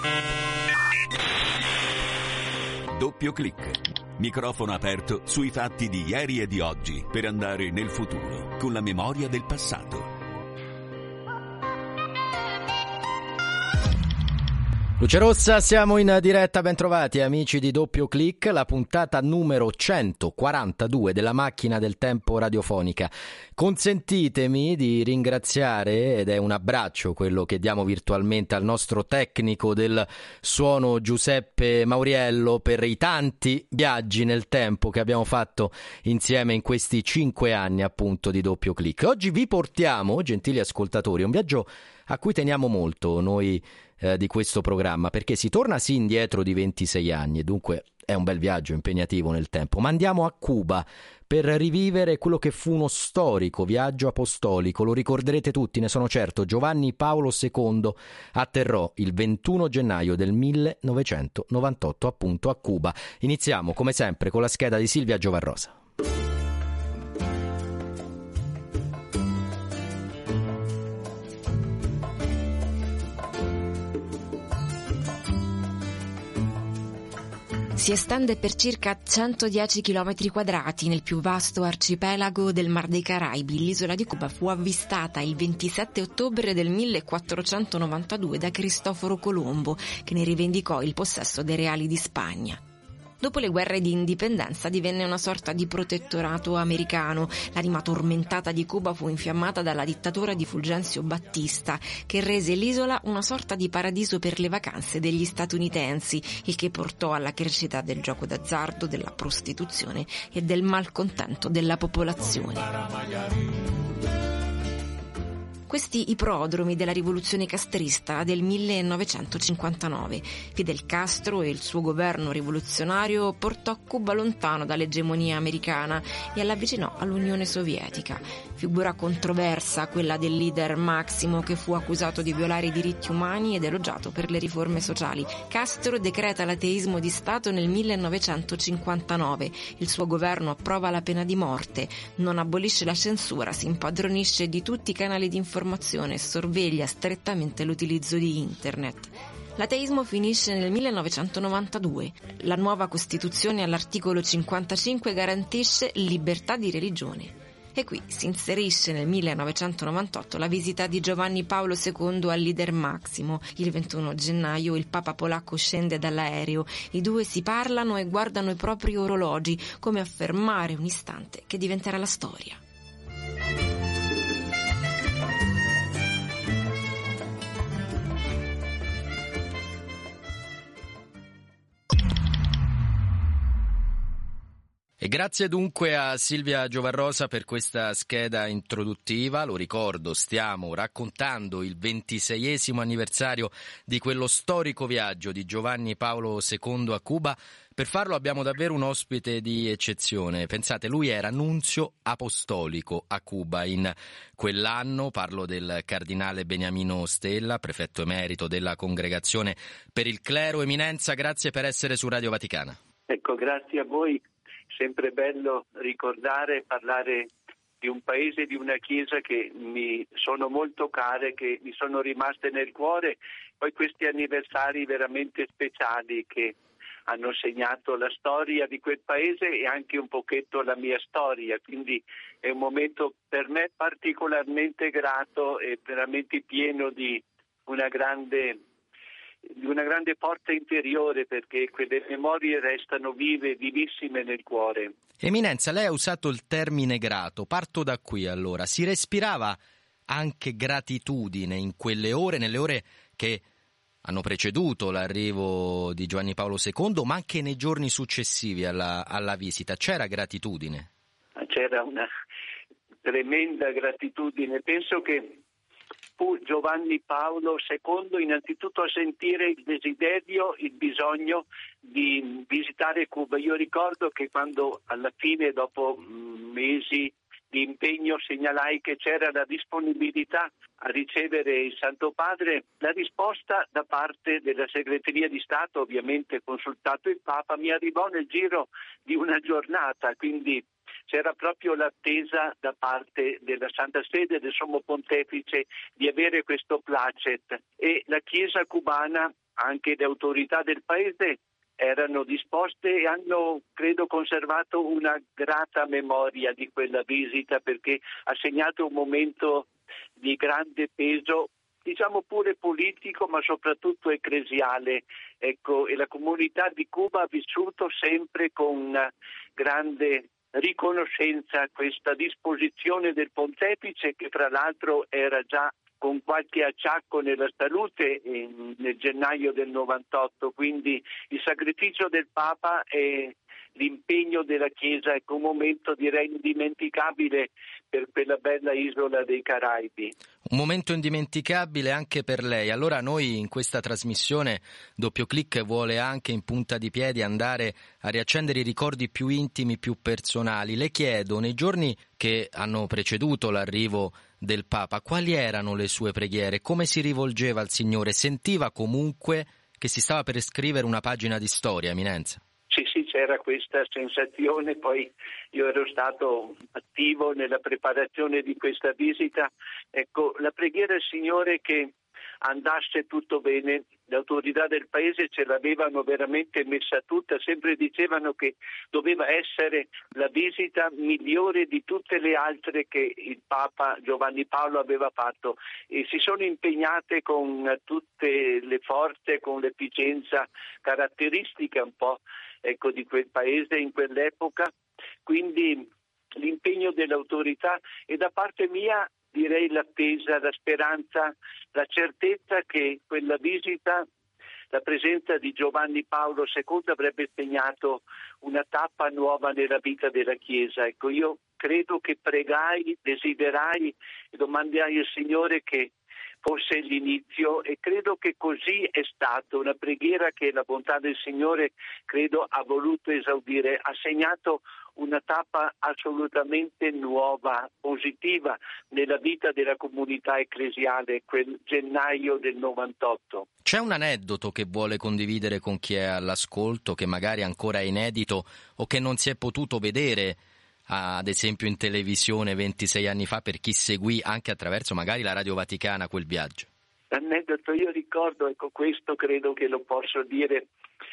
Doppio clic. Microfono aperto sui fatti di ieri e di oggi per andare nel futuro con la memoria del passato. Luce Rossa, siamo in diretta, bentrovati amici di Doppio Clic, la puntata numero 142 della macchina del tempo radiofonica. Consentitemi di ringraziare, ed è un abbraccio quello che diamo virtualmente al nostro tecnico del suono Giuseppe Mauriello, per i tanti viaggi nel tempo che abbiamo fatto insieme in questi 5 anni appunto di Doppio Clic. Oggi vi portiamo, gentili ascoltatori, un viaggio a cui teniamo molto noi di questo programma, perché si torna sì indietro di 26 anni e dunque è un bel viaggio impegnativo nel tempo, ma andiamo a Cuba per rivivere quello che fu uno storico viaggio apostolico. Lo ricorderete tutti, ne sono certo. Giovanni Paolo II atterrò il 21 gennaio del 1998 appunto a Cuba. Iniziamo come sempre con la scheda di Silvia Giovarrosa. Si estende per circa 110 km quadrati nel più vasto arcipelago del Mar dei Caraibi. L'isola di Cuba fu avvistata il 27 ottobre del 1492 da Cristoforo Colombo, che ne rivendicò il possesso dei reali di Spagna. Dopo le guerre di indipendenza divenne una sorta di protettorato americano. L'anima tormentata di Cuba fu infiammata dalla dittatura di Fulgencio Battista, che rese l'isola una sorta di paradiso per le vacanze degli statunitensi, il che portò alla crescita del gioco d'azzardo, della prostituzione e del malcontento della popolazione. Questi i prodromi della rivoluzione castrista del 1959. Fidel Castro e il suo governo rivoluzionario portò Cuba lontano dall'egemonia americana e l'avvicinò all'Unione Sovietica. Figura controversa quella del leader Máximo, che fu accusato di violare i diritti umani ed elogiato per le riforme sociali. Castro decreta l'ateismo di Stato nel 1959. Il suo governo approva la pena di morte, non abolisce la censura, si impadronisce di tutti i canali di informazione e sorveglia strettamente l'utilizzo di internet. L'ateismo finisce nel 1992. La nuova Costituzione all'articolo 55 garantisce libertà di religione. E qui si inserisce nel 1998 la visita di Giovanni Paolo II al leader Máximo. Il 21 gennaio il Papa polacco scende dall'aereo. I due si parlano e guardano i propri orologi, come a fermare un istante che diventerà la storia. E grazie dunque a Silvia Giovarrosa per questa scheda introduttiva. Lo ricordo, stiamo raccontando il 26esimo anniversario di quello storico viaggio di Giovanni Paolo II a Cuba. Per farlo abbiamo davvero un ospite di eccezione. Pensate, lui era nunzio apostolico a Cuba in quell'anno. Parlo del cardinale Beniamino Stella, prefetto emerito della Congregazione per il Clero. Eminenza, grazie per essere su Radio Vaticana. Ecco, grazie a voi. Sempre bello ricordare e parlare di un paese, di una chiesa che mi sono molto care, che mi sono rimaste nel cuore. Poi questi anniversari veramente speciali che hanno segnato la storia di quel paese e anche un pochetto la mia storia, quindi è un momento per me particolarmente grato e veramente pieno di una grande forza interiore, perché quelle memorie restano vive, vivissime nel cuore. Eminenza, lei ha usato il termine grato. Parto da qui allora. Si respirava anche gratitudine in quelle ore, nelle ore che hanno preceduto l'arrivo di Giovanni Paolo II, ma anche nei giorni successivi alla visita? C'era gratitudine? C'era una tremenda gratitudine. Penso che fu Giovanni Paolo II innanzitutto a sentire il desiderio, il bisogno di visitare Cuba. Io ricordo che quando alla fine, dopo mesi di impegno, segnalai che c'era la disponibilità a ricevere il Santo Padre, la risposta da parte della Segreteria di Stato, ovviamente consultato il Papa, mi arrivò nel giro di una giornata, quindi c'era proprio l'attesa da parte della Santa Sede, del Sommo Pontefice, di avere questo placet, e la Chiesa cubana anche le autorità del paese erano disposte e hanno, credo, conservato una grata memoria di quella visita, perché ha segnato un momento di grande peso, diciamo pure politico, ma soprattutto ecclesiale. Ecco, e la comunità di Cuba ha vissuto sempre con grande riconoscenza questa disposizione del pontefice, che fra l'altro era già con qualche acciacco nella salute nel gennaio del 98, quindi il sacrificio del Papa e l'impegno della Chiesa è un momento, direi, indimenticabile per quella bella isola dei Caraibi. Un momento indimenticabile anche per lei. Allora noi in questa trasmissione Doppio Clic vuole anche in punta di piedi andare a riaccendere i ricordi più intimi, più personali. Le chiedo, nei giorni che hanno preceduto l'arrivo del Papa, quali erano le sue preghiere? Come si rivolgeva al Signore? Sentiva comunque che si stava per scrivere una pagina di storia, Eminenza? Sì, c'era questa sensazione, poi io ero stato attivo nella preparazione di questa visita. Ecco, la preghiera al Signore che andasse tutto bene. Le autorità del paese ce l'avevano veramente messa tutta, sempre dicevano che doveva essere la visita migliore di tutte le altre che il Papa Giovanni Paolo aveva fatto, e si sono impegnate con tutte le forze, con l'efficienza caratteristica un po' di quel paese in quell'epoca. Quindi l'impegno delle autorità, e da parte mia direi l'attesa, la speranza, la certezza che quella visita, la presenza di Giovanni Paolo II avrebbe segnato una tappa nuova nella vita della Chiesa. Ecco, io credo che pregai, desiderai e domandai al Signore che fosse l'inizio, e credo che così è stato. Una preghiera che la bontà del Signore credo ha voluto esaudire, ha segnato una tappa assolutamente nuova, positiva nella vita della comunità ecclesiale, quel gennaio del 98. C'è un aneddoto che vuole condividere con chi è all'ascolto, che magari ancora è inedito o che non si è potuto vedere, ad esempio in televisione 26 anni fa, per chi seguì anche attraverso magari la Radio Vaticana quel viaggio? L'aneddoto, io ricordo, questo credo che lo posso dire,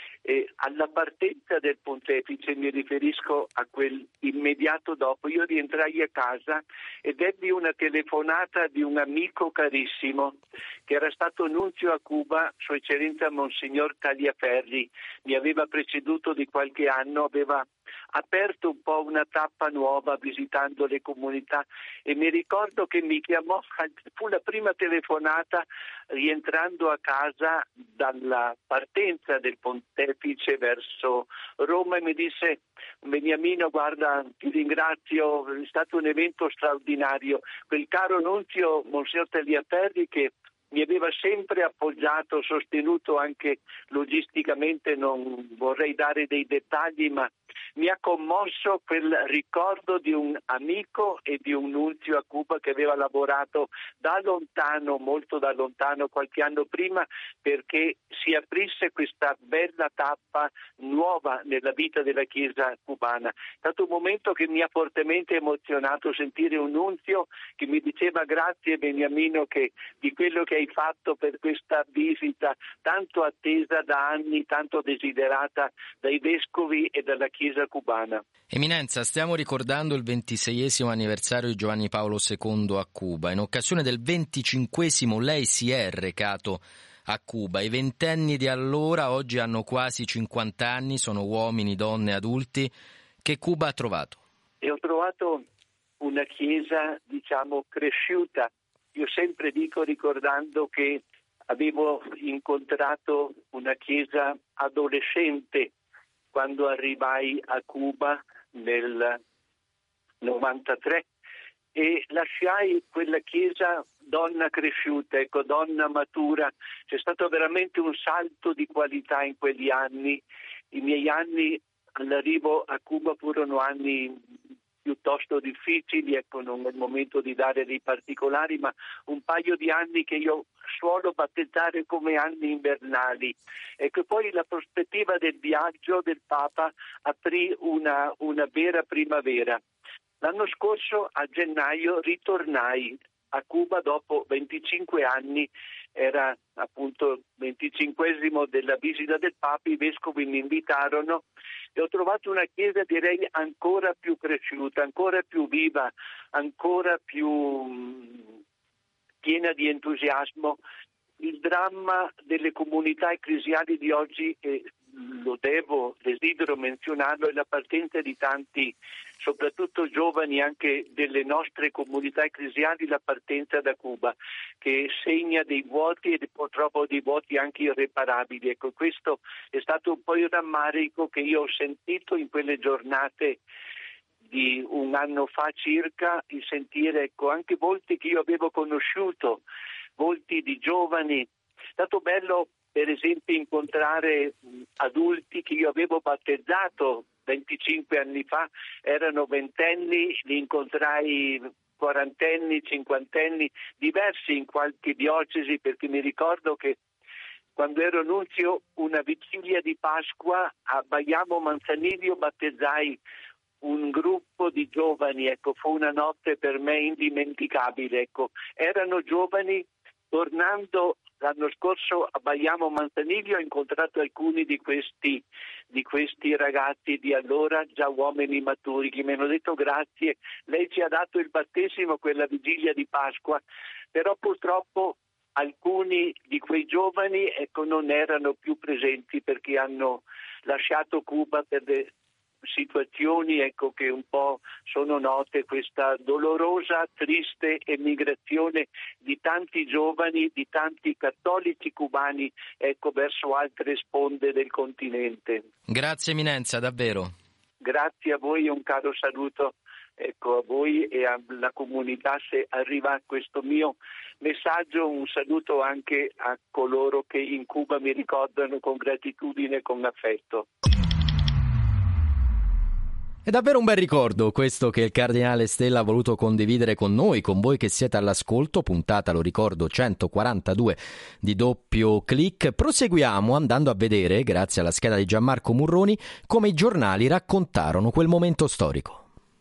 alla partenza del pontefice, mi riferisco a quel immediato dopo, io rientrai a casa ed ebbi una telefonata di un amico carissimo che era stato nunzio a Cuba, Sua Eccellenza Monsignor Tagliaferri. Mi aveva preceduto di qualche anno, aveva aperto un po' una tappa nuova visitando le comunità, e mi ricordo che mi chiamò, fu la prima telefonata rientrando a casa dalla partenza del pontefice verso Roma, e mi disse: Beniamino, guarda, ti ringrazio, è stato un evento straordinario. Quel caro nunzio Monsignor Tagliaferri, che mi aveva sempre appoggiato, sostenuto anche logisticamente, non vorrei dare dei dettagli, ma mi ha commosso quel ricordo di un amico e di un nunzio a Cuba che aveva lavorato da lontano, molto da lontano, qualche anno prima, perché si aprisse questa bella tappa nuova nella vita della Chiesa cubana. È stato un momento che mi ha fortemente emozionato sentire un nunzio che mi diceva: grazie Beniamino di quello che hai fatto per questa visita tanto attesa da anni, tanto desiderata dai vescovi e dalla Chiesa cubana. Eminenza, stiamo ricordando il 26esimo anniversario di Giovanni Paolo II a Cuba. In occasione del 25esimo lei si è recato a Cuba. I ventenni di allora oggi hanno quasi 50 anni, sono uomini, donne, adulti. Che Cuba ha trovato? E ho trovato una chiesa, cresciuta. Io sempre dico, ricordando che avevo incontrato una chiesa adolescente quando arrivai a Cuba nel 93, e lasciai quella chiesa donna cresciuta, donna matura. C'è stato veramente un salto di qualità in quegli anni. I miei anni all'arrivo a Cuba furono anni piuttosto difficili, non è il momento di dare dei particolari, ma un paio di anni che io suolo battezzare come anni invernali. Poi la prospettiva del viaggio del Papa aprì una vera primavera. L'anno scorso, a gennaio, ritornai a Cuba dopo 25 anni era appunto 25esimo della visita del Papa, i vescovi mi invitarono e ho trovato una chiesa, direi, ancora più cresciuta, ancora più viva, ancora più piena di entusiasmo. Il dramma delle comunità ecclesiali di oggi, desidero menzionarlo, è la partenza di tanti, soprattutto giovani anche delle nostre comunità ecclesiali, la partenza da Cuba, che segna dei vuoti e purtroppo dei vuoti anche irreparabili. Ecco, questo è stato un po' il rammarico che io ho sentito in quelle giornate di un anno fa circa, il sentire anche volti che io avevo conosciuto, volti di giovani. È stato bello per esempio incontrare adulti che io avevo battezzato 25 anni fa, erano ventenni, li incontrai quarantenni, cinquantenni, diversi in qualche diocesi, perché mi ricordo che quando ero nunzio una vigilia di Pasqua a Baiamo Manzanillo battezzai un gruppo di giovani, fu una notte per me indimenticabile, erano giovani. Tornando l'anno scorso a Baiamo Manzanillo ho incontrato alcuni di questi ragazzi di allora, già uomini maturi, che mi hanno detto grazie, lei ci ha dato il battesimo quella vigilia di Pasqua, però purtroppo alcuni di quei giovani non erano più presenti perché hanno lasciato Cuba per situazioni che un po' sono note, questa dolorosa, triste emigrazione di tanti giovani, di tanti cattolici cubani verso altre sponde del continente. Grazie Eminenza, davvero. Grazie a voi e un caro saluto a voi e alla comunità. Se arriva questo mio messaggio, un saluto anche a coloro che in Cuba mi ricordano con gratitudine e con affetto. È davvero un bel ricordo questo che il Cardinale Stella ha voluto condividere con noi, con voi che siete all'ascolto, puntata, lo ricordo, 142 di Doppio Click. Proseguiamo andando a vedere, grazie alla scheda di Gianmarco Murroni, come i giornali raccontarono quel momento storico.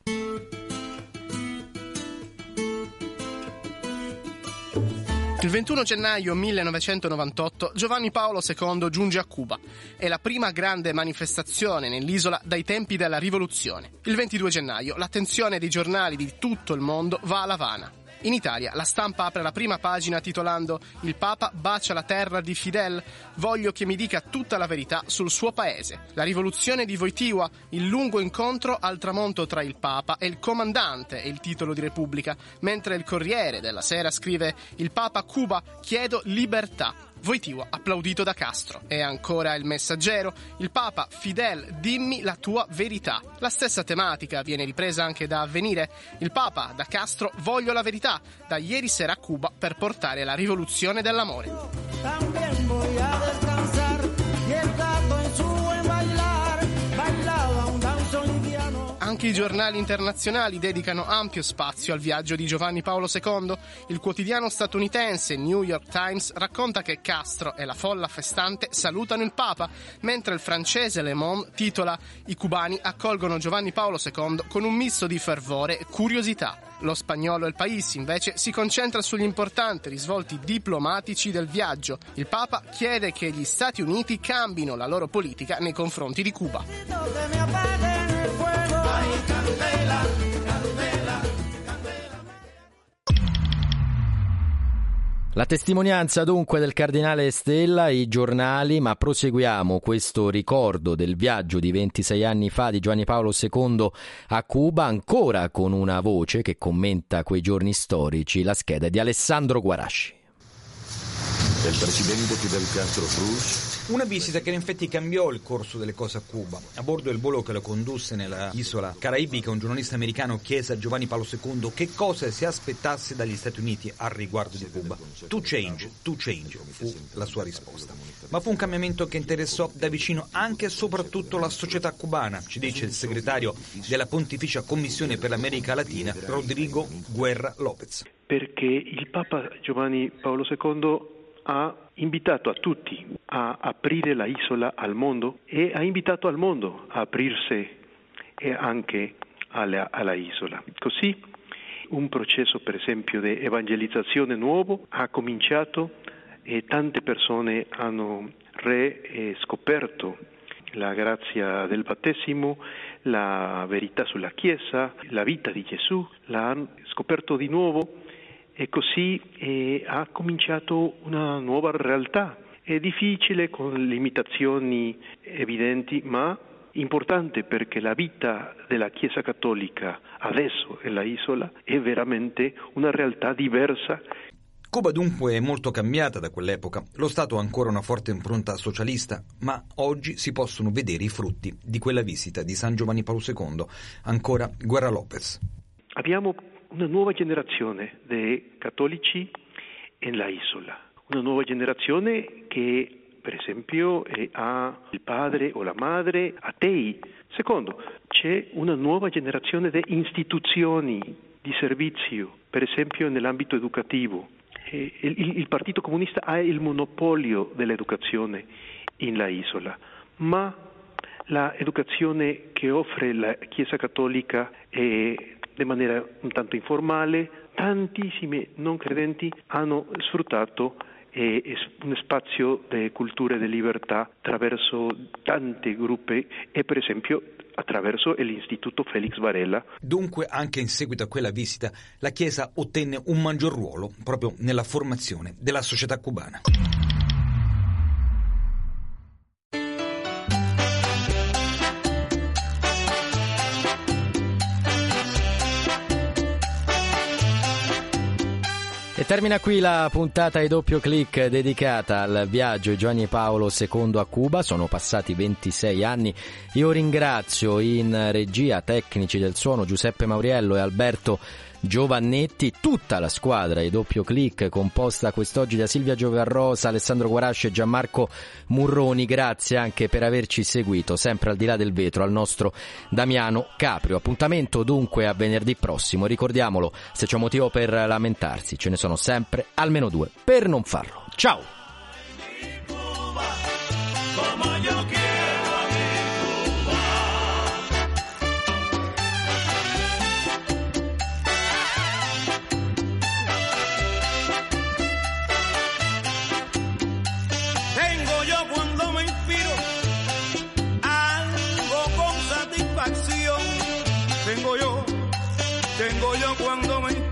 Il 21 gennaio 1998 Giovanni Paolo II giunge a Cuba. È la prima grande manifestazione nell'isola dai tempi della rivoluzione. Il 22 gennaio l'attenzione dei giornali di tutto il mondo va a L'Avana. In Italia la stampa apre la prima pagina titolando «Il Papa bacia la terra di Fidel, voglio che mi dica tutta la verità sul suo paese». La rivoluzione di Wojtyła, il lungo incontro al tramonto tra il Papa e il comandante è il titolo di Repubblica, mentre il Corriere della Sera scrive «Il Papa a Cuba, chiedo libertà». Wojtyła applaudito da Castro. E ancora il Messaggero, il Papa, Fidel, dimmi la tua verità. La stessa tematica viene ripresa anche da Avvenire. Il Papa, da Castro, voglio la verità, da ieri sera a Cuba per portare la rivoluzione dell'amore. Anche i giornali internazionali dedicano ampio spazio al viaggio di Giovanni Paolo II. Il quotidiano statunitense New York Times racconta che Castro e la folla festante salutano il Papa, mentre il francese Le Monde titola «I cubani accolgono Giovanni Paolo II con un misto di fervore e curiosità». Lo spagnolo El País invece si concentra sugli importanti risvolti diplomatici del viaggio. Il Papa chiede che gli Stati Uniti cambino la loro politica nei confronti di Cuba. La testimonianza dunque del Cardinale Stella, i giornali, ma proseguiamo questo ricordo del viaggio di 26 anni fa di Giovanni Paolo II a Cuba, ancora con una voce che commenta quei giorni storici, la scheda di Alessandro Guarasci. Il presidente Fidel Castro Cruz. Una visita che in effetti cambiò il corso delle cose a Cuba. A bordo del volo che lo condusse nella isola caraibica, un giornalista americano chiese a Giovanni Paolo II che cosa si aspettasse dagli Stati Uniti a riguardo di Cuba. To change, fu la sua risposta. Ma fu un cambiamento che interessò da vicino anche e soprattutto la società cubana, ci dice il segretario della Pontificia Commissione per l'America Latina, Rodrigo Guerra Lopez. Perché il Papa Giovanni Paolo II ha invitato a tutti a aprire la isola al mondo e ha invitato al mondo a aprirsi anche alla isola. Così un processo, per esempio, di evangelizzazione nuovo ha cominciato e tante persone hanno scoperto la grazia del battesimo, la verità sulla Chiesa, la vita di Gesù, l'hanno scoperto di nuovo e così ha cominciato una nuova realtà. È difficile con limitazioni evidenti, ma importante perché la vita della Chiesa cattolica adesso nella isola è veramente una realtà diversa. Cuba dunque è molto cambiata da quell'epoca. Lo Stato ha ancora una forte impronta socialista, ma oggi si possono vedere i frutti di quella visita di San Giovanni Paolo II. Ancora Guerra Lopez. Abbiamo una nuova generazione di cattolici nella isola, una nuova generazione che per esempio ha il padre o la madre atei. Secondo, c'è una nuova generazione di istituzioni di servizio, per esempio nell'ambito educativo. Il Partito Comunista ha il monopolio dell'educazione nella isola, ma l'educazione che offre la Chiesa Cattolica è di maniera un tanto informale. Tantissimi non credenti hanno sfruttato un spazio di cultura e di libertà attraverso tanti gruppi e per esempio attraverso l'Istituto Felix Varela. Dunque anche in seguito a quella visita la Chiesa ottenne un maggior ruolo proprio nella formazione della società cubana. E termina qui la puntata di Doppio Clic dedicata al viaggio di Giovanni Paolo II a Cuba. Sono passati 26 anni. Io ringrazio in regia tecnici del suono Giuseppe Mauriello e Alberto Giovannetti, tutta la squadra di Doppio Clic composta quest'oggi da Silvia Giovarrosa, Alessandro Guarasci e Gianmarco Murroni. Grazie anche per averci seguito, sempre al di là del vetro, al nostro Damiano Caprio. Appuntamento dunque a venerdì prossimo. Ricordiamolo, se c'è motivo per lamentarsi, ce ne sono sempre almeno due per non farlo. Ciao! Tengo yo cuando me